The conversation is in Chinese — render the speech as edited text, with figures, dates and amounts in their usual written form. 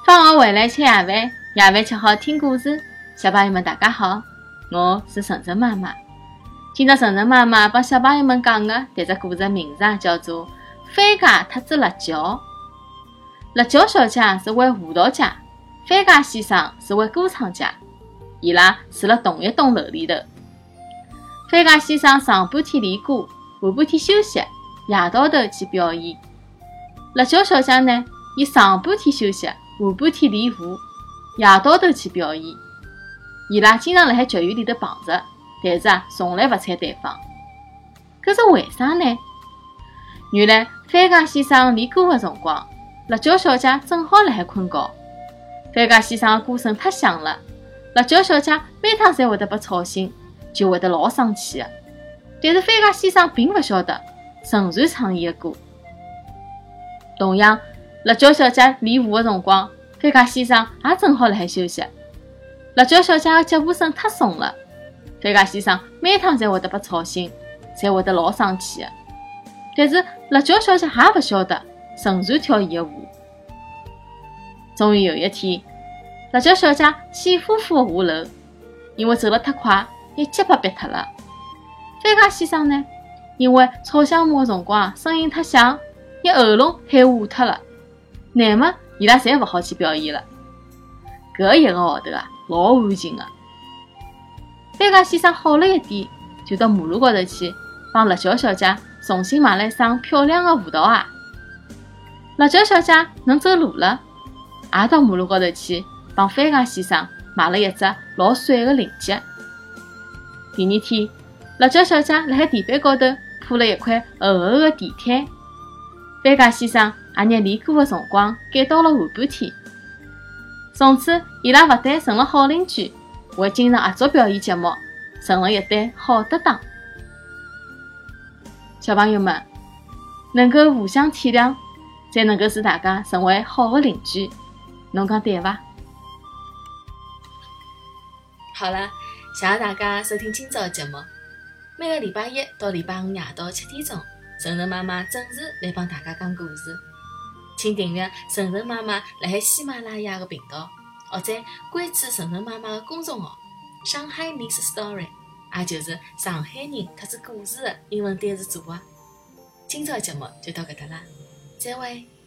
放学回来吃夜饭，夜饭吃好听故事。小朋友们大家好，我是晨晨妈妈。今朝晨晨妈妈帮小朋友们讲的这只故事的名字叫做《番茄特子辣椒》。辣椒小姐是位舞蹈家，番茄先生是位歌唱家，伊拉住辣同一栋楼里头。番茄先生上半天练歌，下半天休息，夜到头去表演。辣椒小姐呢，伊上半天休息，下半天练舞，夜到头去表演。伊拉经常辣海剧院里头碰着，但是从来勿睬对方。搿是为啥呢？原来番茄先生练歌的辰光，辣椒小姐正好辣海困觉。番茄先生的歌声太响了，辣椒小姐每趟侪会得被吵醒，就会得老生气的。但是番茄先生并勿晓得，仍然唱伊的歌。同样，辣椒小姐练舞的辰光，番茄先生也正好辣海休息。辣椒小姐的脚步声太松了，番茄先生每趟侪会得被吵醒，侪会得老生气的。但是辣椒小姐也勿晓得，仍然跳伊的舞。终于有一天，辣椒小姐气呼呼地下楼，因为走了太快，一脚被憋脱了。番茄先生呢，因为吵相骂的辰光声音太响，伊喉咙喊哑脱了。乃末伊拉侪勿好去表演了。搿一个号头老安静的。番茄先生好了一点，就到马路高头去帮辣椒小姐重新买了一双漂亮的舞蹈鞋。辣椒小姐能走路了，也到马路高头去帮番茄先生买了一只老帅的领结。第二天，辣椒小姐辣海地板高头铺了一块厚厚的地毯。番茄先生也拿练歌的辰光改到了下半天。从此，伊拉勿但成了好邻居，还经常合作表演节目，成了一对好搭档。小朋友们，能够互相体谅，才能够使大家成为好的邻居。侬讲对伐？ 好了，谢谢大家收听今朝的节目。每个礼拜一到礼拜五夜到7点钟，晨晨妈妈准时来帮大家讲故事。请订阅晨晨妈妈辣海喜马拉雅的频道，或者关注晨晨妈妈的公众号“上海 Mix Story”， 也就是上海人特子故事的英文单词组合。今朝的节目就到搿搭啦，再会。